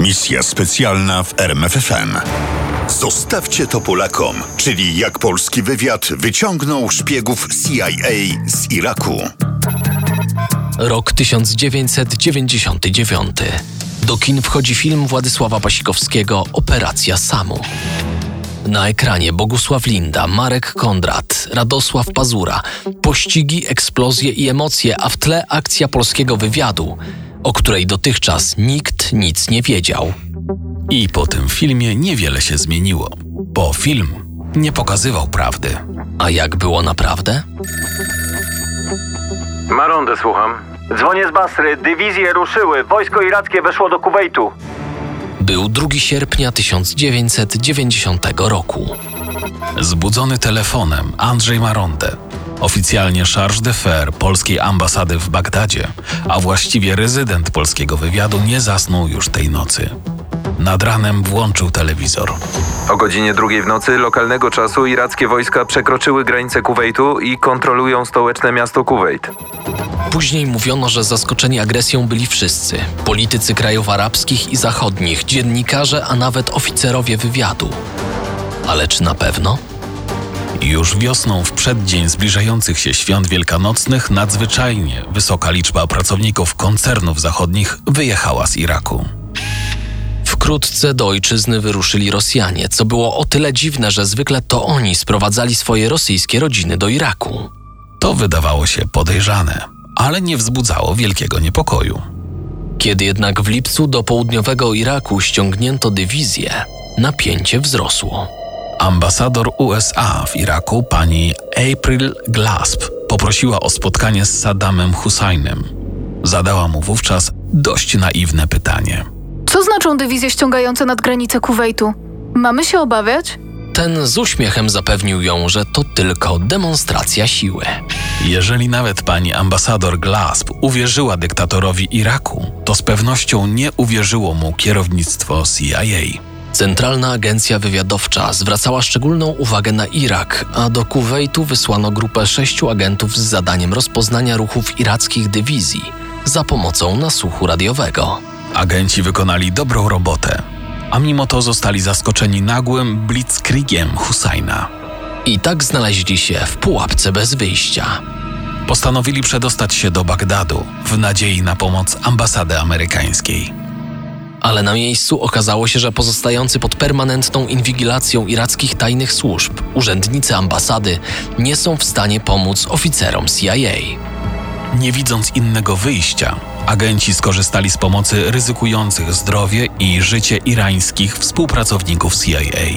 Misja specjalna w RMFFM. Zostawcie to Polakom, czyli jak polski wywiad wyciągnął szpiegów CIA z Iraku. Rok 1999. Do kin wchodzi film Władysława Pasikowskiego Operacja Samum. Na ekranie Bogusław Linda, Marek Kondrat, Radosław Pazura, pościgi, eksplozje i emocje, a w tle akcja polskiego wywiadu, o której dotychczas nikt nic nie wiedział. I po tym filmie niewiele się zmieniło, bo film nie pokazywał prawdy. A jak było naprawdę? Marondę słucham. Dzwonię z Basry. Dywizje ruszyły. Wojsko irackie weszło do Kuwejtu. Był 2 sierpnia 1990 roku. Zbudzony telefonem Andrzej Marondę, oficjalnie charge d'affaires polskiej ambasady w Bagdadzie, a właściwie rezydent polskiego wywiadu, nie zasnął już tej nocy. Nad ranem włączył telewizor. O godzinie 2 w nocy lokalnego czasu irackie wojska przekroczyły granicę Kuwejtu i kontrolują stołeczne miasto Kuwejt. Później mówiono, że zaskoczeni agresją byli wszyscy. Politycy krajów arabskich i zachodnich, dziennikarze, a nawet oficerowie wywiadu. Ale czy na pewno? Już wiosną, w przeddzień zbliżających się świąt wielkanocnych, nadzwyczajnie wysoka liczba pracowników koncernów zachodnich wyjechała z Iraku. Wkrótce do ojczyzny wyruszyli Rosjanie, co było o tyle dziwne, że zwykle to oni sprowadzali swoje rosyjskie rodziny do Iraku. To wydawało się podejrzane, ale nie wzbudzało wielkiego niepokoju. Kiedy jednak w lipcu do południowego Iraku ściągnięto dywizję, napięcie wzrosło. Ambasador USA w Iraku, pani April Glaspie, poprosiła o spotkanie z Saddamem Husseinem. Zadała mu wówczas dość naiwne pytanie. Co znaczą dywizje ściągające nad granicę Kuwejtu? Mamy się obawiać? Ten z uśmiechem zapewnił ją, że to tylko demonstracja siły. Jeżeli nawet pani ambasador Glaspie uwierzyła dyktatorowi Iraku, to z pewnością nie uwierzyło mu kierownictwo CIA. Centralna Agencja Wywiadowcza zwracała szczególną uwagę na Irak, a do Kuwejtu wysłano grupę 6 agentów z zadaniem rozpoznania ruchów irackich dywizji za pomocą nasłuchu radiowego. Agenci wykonali dobrą robotę, a mimo to zostali zaskoczeni nagłym blitzkriegiem Husajna. I tak znaleźli się w pułapce bez wyjścia. Postanowili przedostać się do Bagdadu w nadziei na pomoc ambasady amerykańskiej. Ale na miejscu okazało się, że pozostający pod permanentną inwigilacją irackich tajnych służb urzędnicy ambasady nie są w stanie pomóc oficerom CIA. Nie widząc innego wyjścia, agenci skorzystali z pomocy ryzykujących zdrowie i życie irańskich współpracowników CIA.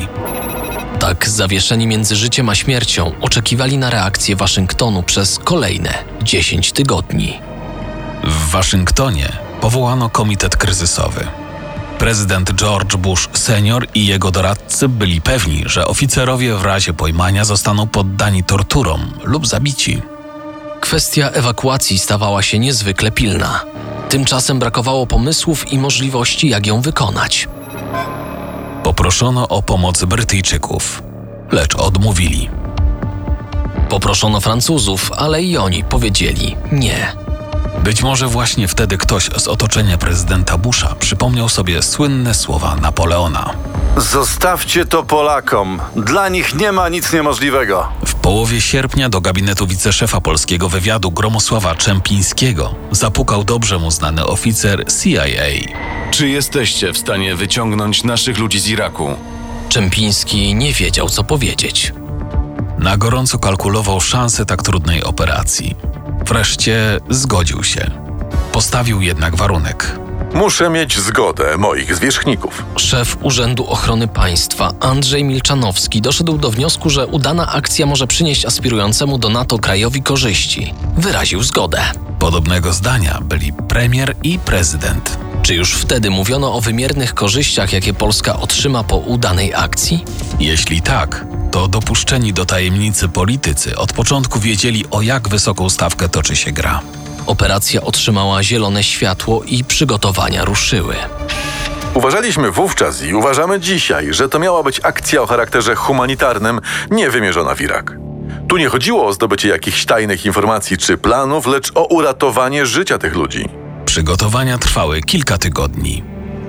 Tak zawieszeni między życiem a śmiercią oczekiwali na reakcję Waszyngtonu przez kolejne 10 tygodni. W Waszyngtonie powołano komitet kryzysowy. Prezydent George Bush senior i jego doradcy byli pewni, że oficerowie w razie pojmania zostaną poddani torturom lub zabici. Kwestia ewakuacji stawała się niezwykle pilna. Tymczasem brakowało pomysłów i możliwości, jak ją wykonać. Poproszono o pomoc Brytyjczyków, lecz odmówili. Poproszono Francuzów, ale i oni powiedzieli nie. Być może właśnie wtedy ktoś z otoczenia prezydenta Busha przypomniał sobie słynne słowa Napoleona. Zostawcie to Polakom. Dla nich nie ma nic niemożliwego. W połowie sierpnia do gabinetu wiceszefa polskiego wywiadu Gromosława Czempińskiego zapukał dobrze mu znany oficer CIA. Czy jesteście w stanie wyciągnąć naszych ludzi z Iraku? Czempiński nie wiedział, co powiedzieć. Na gorąco kalkulował szanse tak trudnej operacji. Wreszcie zgodził się. Postawił jednak warunek. Muszę mieć zgodę moich zwierzchników. Szef Urzędu Ochrony Państwa Andrzej Milczanowski doszedł do wniosku, że udana akcja może przynieść aspirującemu do NATO krajowi korzyści. Wyraził zgodę. Podobnego zdania byli premier i prezydent. Czy już wtedy mówiono o wymiernych korzyściach, jakie Polska otrzyma po udanej akcji? Jeśli tak, to dopuszczeni do tajemnicy politycy od początku wiedzieli, o jak wysoką stawkę toczy się gra. Operacja otrzymała zielone światło i przygotowania ruszyły. Uważaliśmy wówczas i uważamy dzisiaj, że to miała być akcja o charakterze humanitarnym, nie wymierzona w Irak. Tu nie chodziło o zdobycie jakichś tajnych informacji czy planów, lecz o uratowanie życia tych ludzi. Przygotowania trwały kilka tygodni.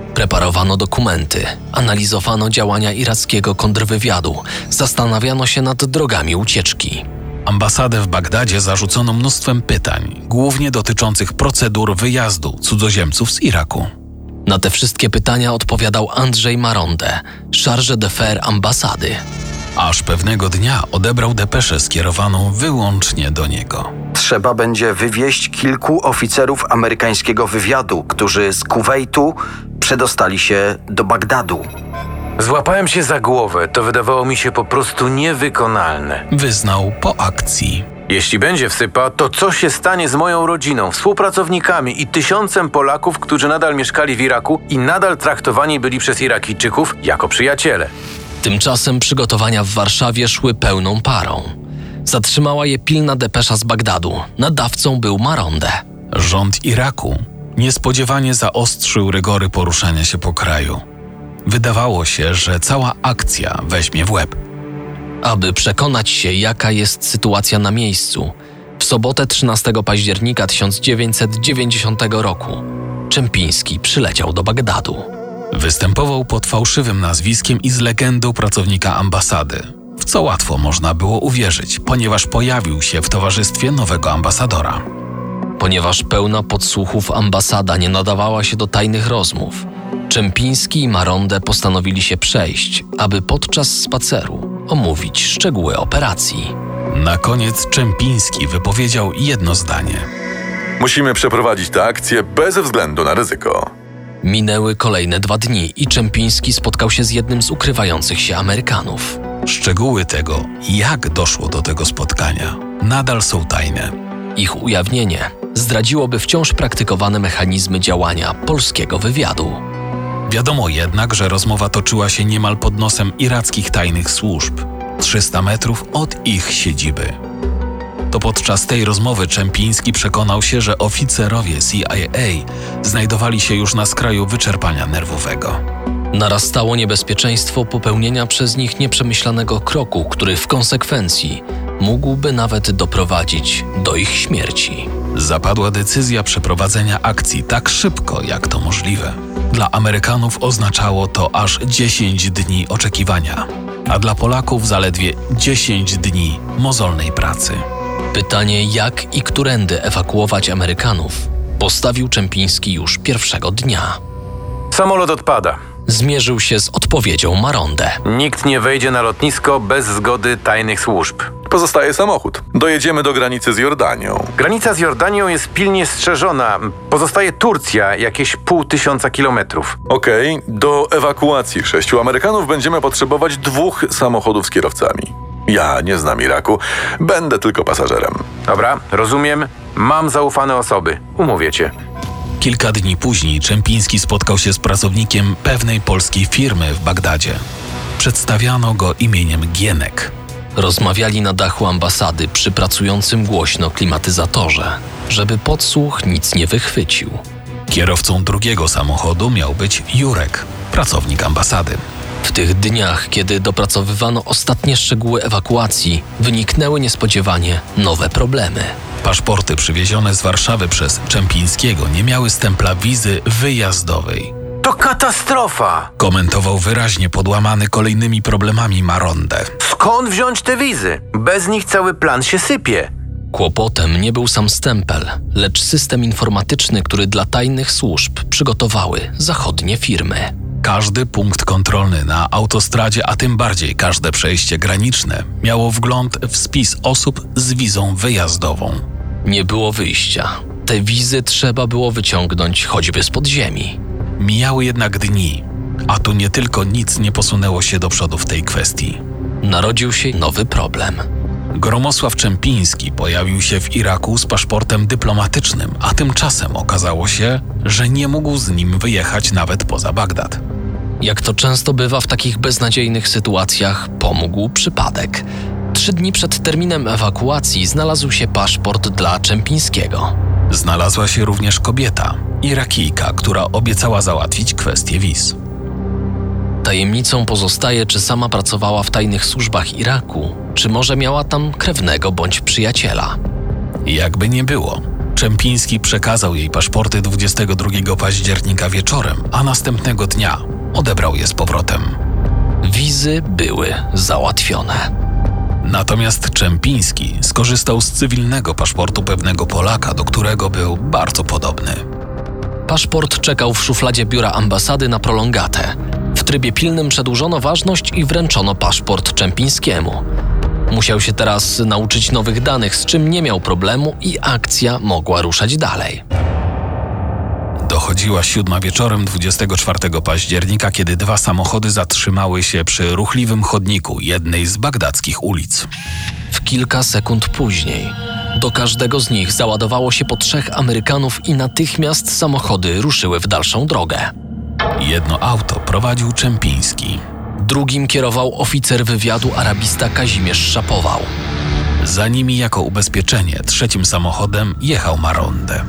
Preparowano dokumenty, analizowano działania irackiego kontrwywiadu, zastanawiano się nad drogami ucieczki. Ambasadę w Bagdadzie zarzucono mnóstwem pytań, głównie dotyczących procedur wyjazdu cudzoziemców z Iraku. Na te wszystkie pytania odpowiadał Andrzej Maronde, chargé d'affaires ambasady. Aż pewnego dnia odebrał depeszę skierowaną wyłącznie do niego. Trzeba będzie wywieźć kilku oficerów amerykańskiego wywiadu, którzy z Kuwejtu przedostali się do Bagdadu. Złapałem się za głowę, to wydawało mi się po prostu niewykonalne. Wyznał po akcji. Jeśli będzie wsypa, to co się stanie z moją rodziną, współpracownikami i 1000 Polaków, którzy nadal mieszkali w Iraku i nadal traktowani byli przez Irakijczyków jako przyjaciele? Tymczasem przygotowania w Warszawie szły pełną parą. Zatrzymała je pilna depesza z Bagdadu. Nadawcą był Maronde. Rząd Iraku niespodziewanie zaostrzył rygory poruszania się po kraju. Wydawało się, że cała akcja weźmie w łeb. Aby przekonać się, jaka jest sytuacja na miejscu, w sobotę 13 października 1990 roku Czempiński przyleciał do Bagdadu. Występował pod fałszywym nazwiskiem i z legendą pracownika ambasady, w co łatwo można było uwierzyć, ponieważ pojawił się w towarzystwie nowego ambasadora. Ponieważ pełna podsłuchów ambasada nie nadawała się do tajnych rozmów, Czempiński i Maronde postanowili się przejść, aby podczas spaceru omówić szczegóły operacji. Na koniec Czempiński wypowiedział jedno zdanie. Musimy przeprowadzić tę akcję bez względu na ryzyko. Minęły kolejne 2 dni i Czempiński spotkał się z jednym z ukrywających się Amerykanów. Szczegóły tego, jak doszło do tego spotkania, nadal są tajne. Ich ujawnienie zdradziłoby wciąż praktykowane mechanizmy działania polskiego wywiadu. Wiadomo jednak, że rozmowa toczyła się niemal pod nosem irackich tajnych służb, 300 metrów od ich siedziby. To podczas tej rozmowy Czempiński przekonał się, że oficerowie CIA znajdowali się już na skraju wyczerpania nerwowego. Narastało niebezpieczeństwo popełnienia przez nich nieprzemyślanego kroku, który w konsekwencji mógłby nawet doprowadzić do ich śmierci. Zapadła decyzja przeprowadzenia akcji tak szybko, jak to możliwe. Dla Amerykanów oznaczało to aż 10 dni oczekiwania, a dla Polaków zaledwie 10 dni mozolnej pracy. Pytanie, jak i którędy ewakuować Amerykanów, postawił Czempiński już pierwszego dnia. Samolot odpada. Zmierzył się z odpowiedzią Maronde. Nikt nie wejdzie na lotnisko bez zgody tajnych służb. Pozostaje samochód. Dojedziemy do granicy z Jordanią. Granica z Jordanią jest pilnie strzeżona. Pozostaje Turcja, jakieś 500 kilometrów. Okej, do ewakuacji 6 Amerykanów będziemy potrzebować 2 samochodów z kierowcami. Ja nie znam Iraku, będę tylko pasażerem. Dobra, rozumiem. Mam zaufane osoby. Umówię cię. Kilka dni później Czempiński spotkał się z pracownikiem pewnej polskiej firmy w Bagdadzie. Przedstawiano go imieniem Gienek. Rozmawiali na dachu ambasady przy pracującym głośno klimatyzatorze, żeby podsłuch nic nie wychwycił. Kierowcą drugiego samochodu miał być Jurek, pracownik ambasady. W tych dniach, kiedy dopracowywano ostatnie szczegóły ewakuacji, wyniknęły niespodziewanie nowe problemy. Paszporty przywiezione z Warszawy przez Czempińskiego nie miały stempla wizy wyjazdowej. To katastrofa! Komentował wyraźnie podłamany kolejnymi problemami Maronde. Skąd wziąć te wizy? Bez nich cały plan się sypie. Kłopotem nie był sam stempel, lecz system informatyczny, który dla tajnych służb przygotowały zachodnie firmy. Każdy punkt kontrolny na autostradzie, a tym bardziej każde przejście graniczne, miało wgląd w spis osób z wizą wyjazdową. Nie było wyjścia. Te wizy trzeba było wyciągnąć choćby z podziemi. Mijały jednak dni, a tu nie tylko nic nie posunęło się do przodu w tej kwestii. Narodził się nowy problem. Gromosław Czempiński pojawił się w Iraku z paszportem dyplomatycznym, a tymczasem okazało się, że nie mógł z nim wyjechać nawet poza Bagdad. Jak to często bywa w takich beznadziejnych sytuacjach, pomógł przypadek. 3 dni przed terminem ewakuacji znalazł się paszport dla Czempińskiego. Znalazła się również kobieta, Irakijka, która obiecała załatwić kwestię wiz. Tajemnicą pozostaje, czy sama pracowała w tajnych służbach Iraku, czy może miała tam krewnego bądź przyjaciela. Jakby nie było, Czempiński przekazał jej paszporty 22 października wieczorem, a następnego dnia odebrał je z powrotem. Wizy były załatwione. Natomiast Czempiński skorzystał z cywilnego paszportu pewnego Polaka, do którego był bardzo podobny. Paszport czekał w szufladzie biura ambasady na prolongatę. W trybie pilnym przedłużono ważność i wręczono paszport Czempińskiemu. Musiał się teraz nauczyć nowych danych, z czym nie miał problemu i akcja mogła ruszać dalej. Dochodziła 7 wieczorem 24 października, kiedy 2 samochody zatrzymały się przy ruchliwym chodniku jednej z bagdadzkich ulic. W kilka sekund później do każdego z nich załadowało się po 3 Amerykanów i natychmiast samochody ruszyły w dalszą drogę. Jedno auto prowadził Czempiński. Drugim kierował oficer wywiadu arabista Kazimierz Szapował. Za nimi jako ubezpieczenie 3 samochodem jechał Maronde.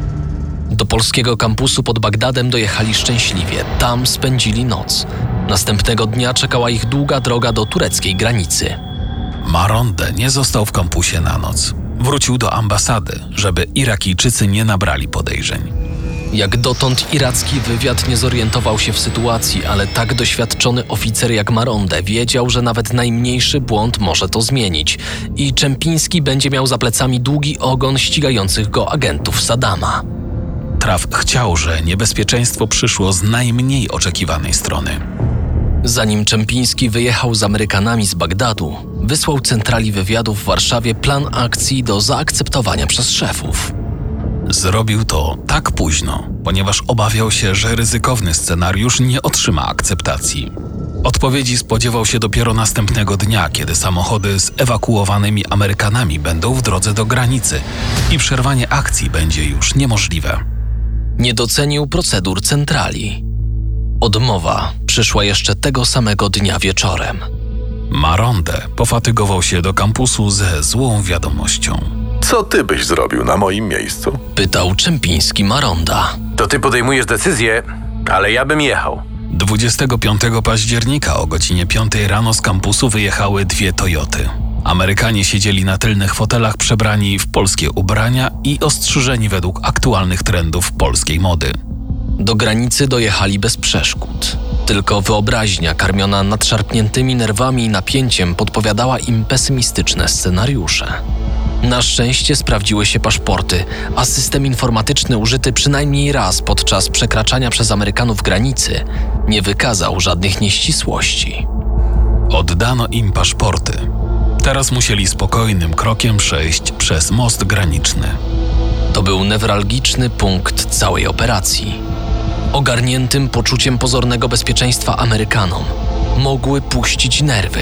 Do polskiego kampusu pod Bagdadem dojechali szczęśliwie. Tam spędzili noc. Następnego dnia czekała ich długa droga do tureckiej granicy. Maronde nie został w kampusie na noc. Wrócił do ambasady, żeby Irakijczycy nie nabrali podejrzeń. Jak dotąd iracki wywiad nie zorientował się w sytuacji, ale tak doświadczony oficer jak Maronde wiedział, że nawet najmniejszy błąd może to zmienić i Czempiński będzie miał za plecami długi ogon ścigających go agentów Saddama. Traf chciał, że niebezpieczeństwo przyszło z najmniej oczekiwanej strony. Zanim Czempiński wyjechał z Amerykanami z Bagdadu, wysłał centrali wywiadu w Warszawie plan akcji do zaakceptowania przez szefów. Zrobił to tak późno, ponieważ obawiał się, że ryzykowny scenariusz nie otrzyma akceptacji. Odpowiedzi spodziewał się dopiero następnego dnia, kiedy samochody z ewakuowanymi Amerykanami będą w drodze do granicy i przerwanie akcji będzie już niemożliwe. Nie docenił procedur centrali. Odmowa przyszła jeszcze tego samego dnia wieczorem. Maronde pofatygował się do kampusu ze złą wiadomością. Co ty byś zrobił na moim miejscu? Pytał Czempiński Maronda. To ty podejmujesz decyzję, ale ja bym jechał. 25 października o godzinie 5 rano z kampusu wyjechały 2 Toyoty. Amerykanie siedzieli na tylnych fotelach przebrani w polskie ubrania i ostrzyżeni według aktualnych trendów polskiej mody. Do granicy dojechali bez przeszkód. Tylko wyobraźnia karmiona nadszarpniętymi nerwami i napięciem podpowiadała im pesymistyczne scenariusze. Na szczęście sprawdziły się paszporty, a system informatyczny użyty przynajmniej raz podczas przekraczania przez Amerykanów granicy nie wykazał żadnych nieścisłości. Oddano im paszporty. Teraz musieli spokojnym krokiem przejść przez most graniczny. To był newralgiczny punkt całej operacji. Ogarniętym poczuciem pozornego bezpieczeństwa Amerykanom mogły puścić nerwy.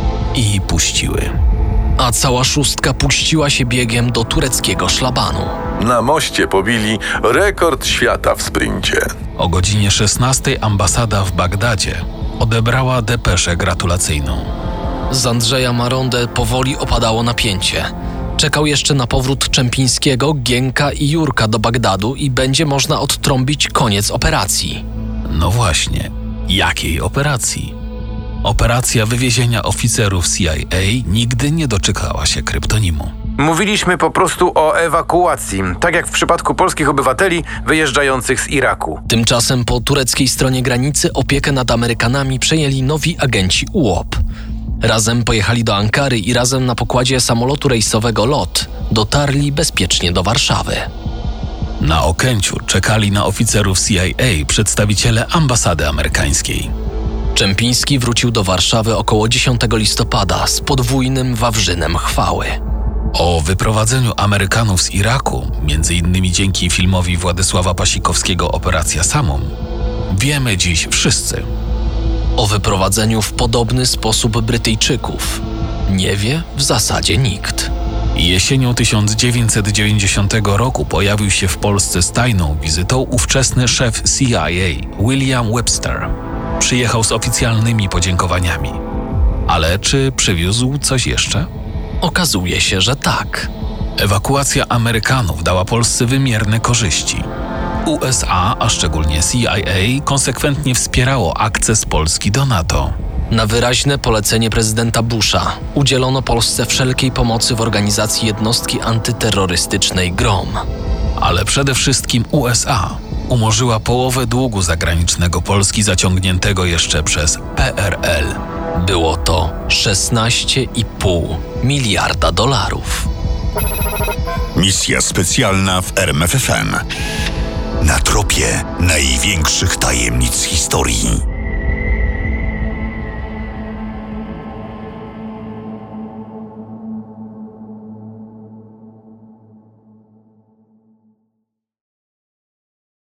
I puściły. A cała szóstka puściła się biegiem do tureckiego szlabanu. Na moście pobili rekord świata w sprincie. O godzinie 16 ambasada w Bagdadzie odebrała depeszę gratulacyjną. Z Andrzeja Maronde powoli opadało napięcie. Czekał jeszcze na powrót Czempińskiego, Gienka i Jurka do Bagdadu i będzie można odtrąbić koniec operacji. No właśnie, jakiej operacji? Operacja wywiezienia oficerów CIA nigdy nie doczekała się kryptonimu. Mówiliśmy po prostu o ewakuacji, tak jak w przypadku polskich obywateli wyjeżdżających z Iraku. Tymczasem po tureckiej stronie granicy opiekę nad Amerykanami przejęli nowi agenci UOP. Razem pojechali do Ankary i razem na pokładzie samolotu rejsowego LOT dotarli bezpiecznie do Warszawy. Na Okęciu czekali na oficerów CIA przedstawiciele ambasady amerykańskiej. Czempiński wrócił do Warszawy około 10 listopada z podwójnym wawrzynem chwały. O wyprowadzeniu Amerykanów z Iraku, m.in. dzięki filmowi Władysława Pasikowskiego Operacja Samum, wiemy dziś wszyscy. O wyprowadzeniu w podobny sposób Brytyjczyków nie wie w zasadzie nikt. Jesienią 1990 roku pojawił się w Polsce z tajną wizytą ówczesny szef CIA, William Webster. Przyjechał z oficjalnymi podziękowaniami. Ale czy przywiózł coś jeszcze? Okazuje się, że tak. Ewakuacja Amerykanów dała Polsce wymierne korzyści. USA, a szczególnie CIA, konsekwentnie wspierało akces Polski do NATO. Na wyraźne polecenie prezydenta Busha udzielono Polsce wszelkiej pomocy w organizacji jednostki antyterrorystycznej GROM. ale przede wszystkim USA umorzyła połowę długu zagranicznego Polski zaciągniętego jeszcze przez PRL. Było to 16,5 miliarda dolarów. Misja specjalna w RMFFM. Na tropie największych tajemnic historii.